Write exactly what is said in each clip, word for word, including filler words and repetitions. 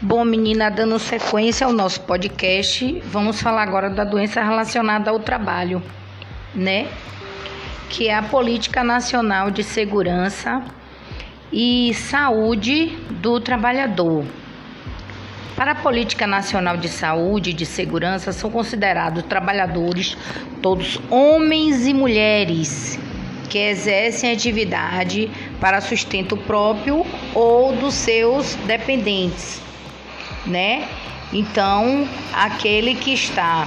Bom, menina, dando sequência ao nosso podcast, vamos falar agora da doença relacionada ao trabalho, né? Que é a Política Nacional de Segurança e Saúde do Trabalhador. Para a Política Nacional de Saúde e de Segurança, são considerados trabalhadores todos homens e mulheres que exercem atividade para sustento próprio ou dos seus dependentes, né? Então, aquele que está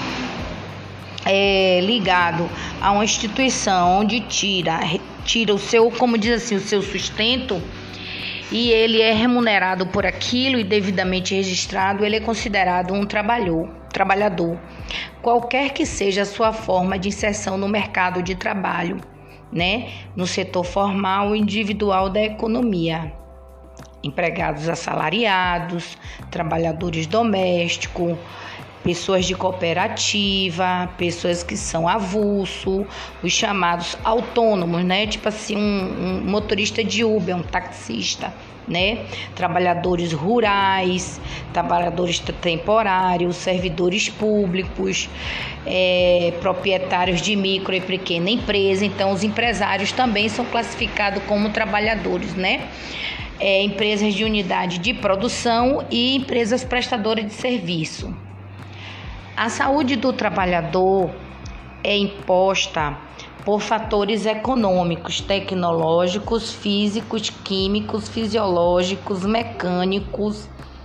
é, ligado a uma instituição onde tira, tira o seu, como diz assim, o seu sustento, e ele é remunerado por aquilo e devidamente registrado, ele é considerado um trabalhador, trabalhador, qualquer que seja a sua forma de inserção no mercado de trabalho, né? No setor formal ou individual da economia. Empregados assalariados, trabalhadores domésticos, pessoas de cooperativa, pessoas que são avulso, os chamados autônomos, né? Tipo assim, um, um motorista de Uber, um taxista, né? Trabalhadores rurais, trabalhadores temporários, servidores públicos, é, proprietários de micro e pequena empresa. Então, os empresários também são classificados como trabalhadores, né? É, empresas de unidade de produção e empresas prestadoras de serviço. A saúde do trabalhador é imposta por fatores econômicos, tecnológicos, físicos, químicos, fisiológicos, mecânicos,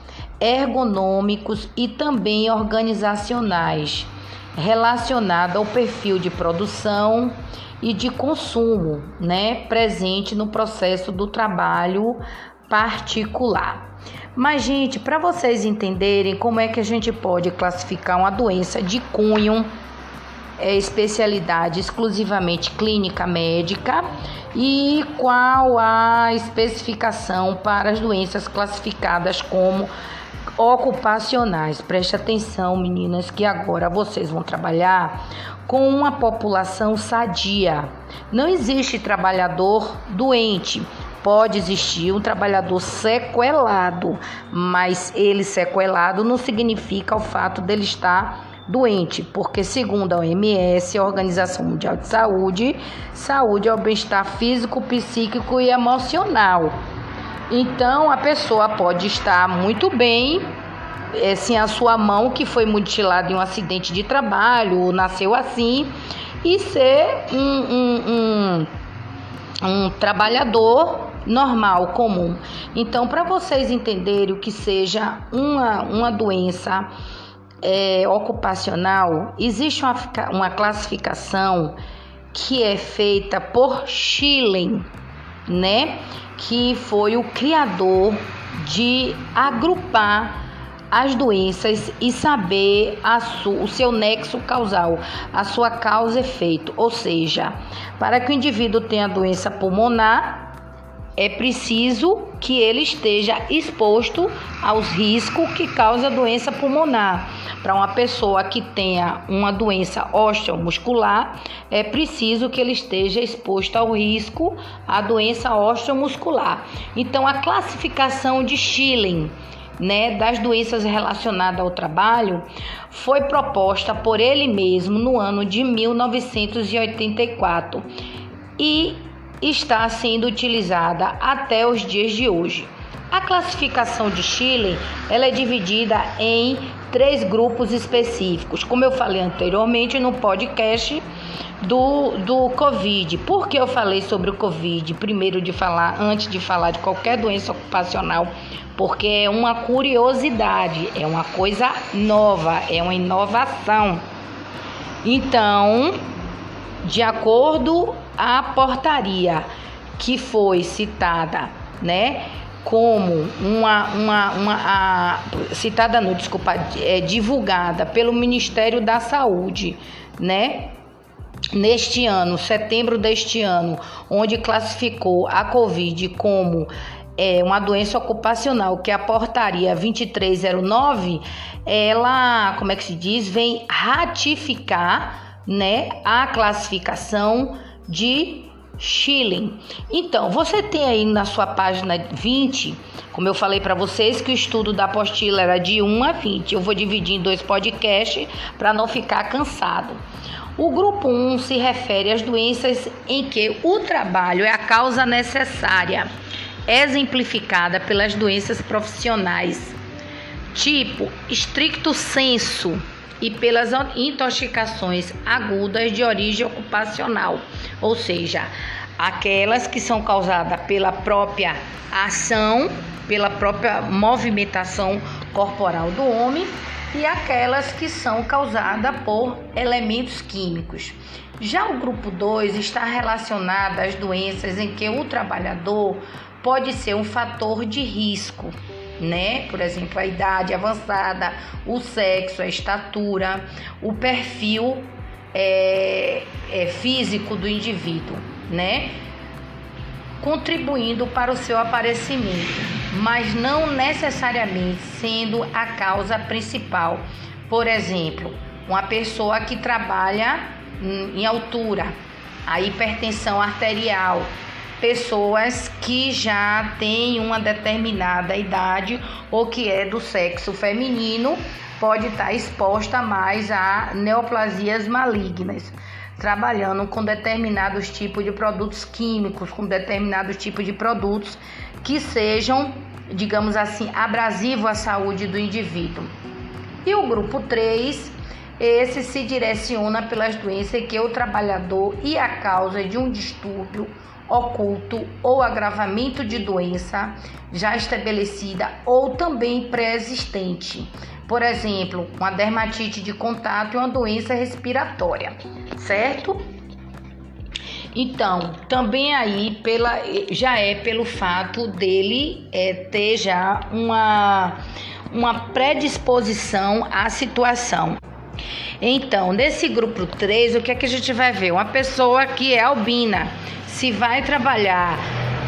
ergonômicos e também organizacionais, relacionada ao perfil de produção e de consumo, né, presente no processo do trabalho particular. Mas, gente, para vocês entenderem como é que a gente pode classificar uma doença de cunho, é, especialidade exclusivamente clínica médica, e qual a especificação para as doenças classificadas como ocupacionais. Preste atenção, meninas, que agora vocês vão trabalhar com uma população sadia. Não existe trabalhador doente. Pode existir um trabalhador sequelado, mas ele sequelado não significa o fato dele estar doente, porque segundo a O M S, a Organização Mundial de Saúde, saúde é o bem-estar físico, psíquico e emocional. Então, a pessoa pode estar muito bem, assim, a sua mão que foi mutilada em um acidente de trabalho, ou nasceu assim, e ser um, um, um, um trabalhador normal, comum. Então, para vocês entenderem o que seja uma, uma doença é, ocupacional, existe uma, uma classificação que é feita por Schilling, né? Que foi o criador de agrupar as doenças e saber a su, o seu nexo causal, a sua causa e efeito. Ou seja, para que o indivíduo tenha doença pulmonar, é preciso que ele esteja exposto aos riscos que causa a doença pulmonar. Para uma pessoa que tenha uma doença osteomuscular, é preciso que ele esteja exposto ao risco à doença osteomuscular. Então, a classificação de Schilling, né, das doenças relacionadas ao trabalho foi proposta por ele mesmo no ano de mil novecentos e oitenta e quatro e está sendo utilizada até os dias de hoje. A classificação de Schilling, ela é dividida em três grupos específicos, como eu falei anteriormente no podcast do, do Covid. Por que eu falei sobre o Covid? Primeiro de falar, antes de falar de qualquer doença ocupacional, porque é uma curiosidade, é uma coisa nova, é uma inovação. Então, de acordo à portaria que foi citada, né, como uma, uma, uma a, citada não, desculpa, é, divulgada pelo Ministério da Saúde, né, neste ano, setembro deste ano, onde classificou a Covid como é, uma doença ocupacional, que é a portaria vinte e três zero nove, ela, como é que se diz, vem ratificar, né, a classificação de Schilling. Então, você tem aí na sua página vinte, como eu falei para vocês que o estudo da apostila era de um a vinte. Eu vou dividir em dois podcasts para não ficar cansado. O grupo um se refere às doenças em que o trabalho é a causa necessária, exemplificada pelas doenças profissionais, tipo stricto sensu, e pelas intoxicações agudas de origem ocupacional, ou seja, aquelas que são causadas pela própria ação, pela própria movimentação corporal do homem, e aquelas que são causadas por elementos químicos. Já o grupo dois está relacionado às doenças em que o trabalhador pode ser um fator de risco, né? Por exemplo, a idade avançada, o sexo, a estatura, o perfil é, é, físico do indivíduo, né? Contribuindo para o seu aparecimento, mas não necessariamente sendo a causa principal. Por exemplo, uma pessoa que trabalha em altura, a hipertensão arterial, pessoas que já têm uma determinada idade ou que é do sexo feminino pode estar exposta mais a neoplasias malignas, trabalhando com determinados tipos de produtos químicos, com determinados tipos de produtos que sejam, digamos assim, abrasivos à saúde do indivíduo. E o grupo três, esse se direciona pelas doenças que o trabalhador e a causa de um distúrbio oculto ou agravamento de doença já estabelecida ou também pré-existente. Por exemplo, uma dermatite de contato e uma doença respiratória, certo? Então, também aí pela, já é pelo fato dele é, ter já uma, uma predisposição à situação. Então, nesse grupo três, o que é que a gente vai ver? Uma pessoa que é albina, se vai trabalhar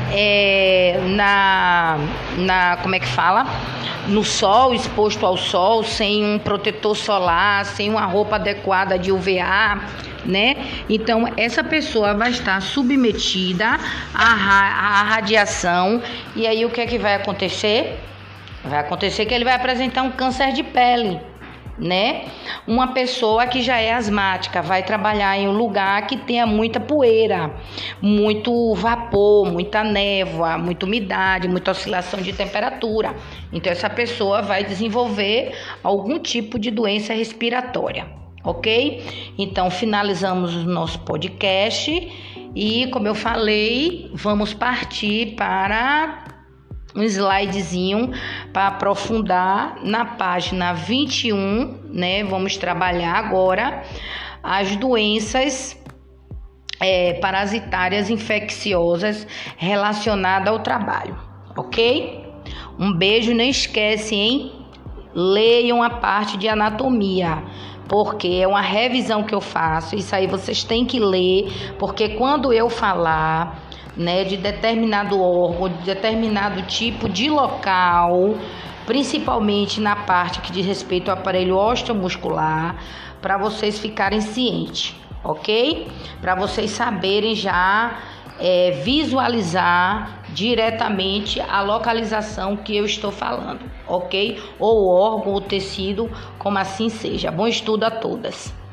é, na, na, como é que fala? No sol, exposto ao sol, sem um protetor solar, sem uma roupa adequada de U V A, né? Então, essa pessoa vai estar submetida à, à radiação. E aí, o que é que vai acontecer? Vai acontecer que ele vai apresentar um câncer de pele, né? Uma pessoa que já é asmática vai trabalhar em um lugar que tenha muita poeira, muito vapor, muita névoa, muita umidade, muita oscilação de temperatura. Então essa pessoa vai desenvolver algum tipo de doença respiratória, ok? Então finalizamos o nosso podcast e, como eu falei, vamos partir para um slidezinho para aprofundar na página vinte e um, né? Vamos trabalhar agora as doenças é, parasitárias infecciosas relacionadas ao trabalho, ok? Um beijo, não esquece, hein? Leiam a parte de anatomia, porque é uma revisão que eu faço. Isso aí vocês têm que ler, porque quando eu falar, né, de determinado órgão, de determinado tipo de local, principalmente na parte que diz respeito ao aparelho osteomuscular, para vocês ficarem cientes, ok? Para vocês saberem já é, visualizar diretamente a localização que eu estou falando, ok? Ou órgão ou tecido, como assim seja. Bom estudo a todas.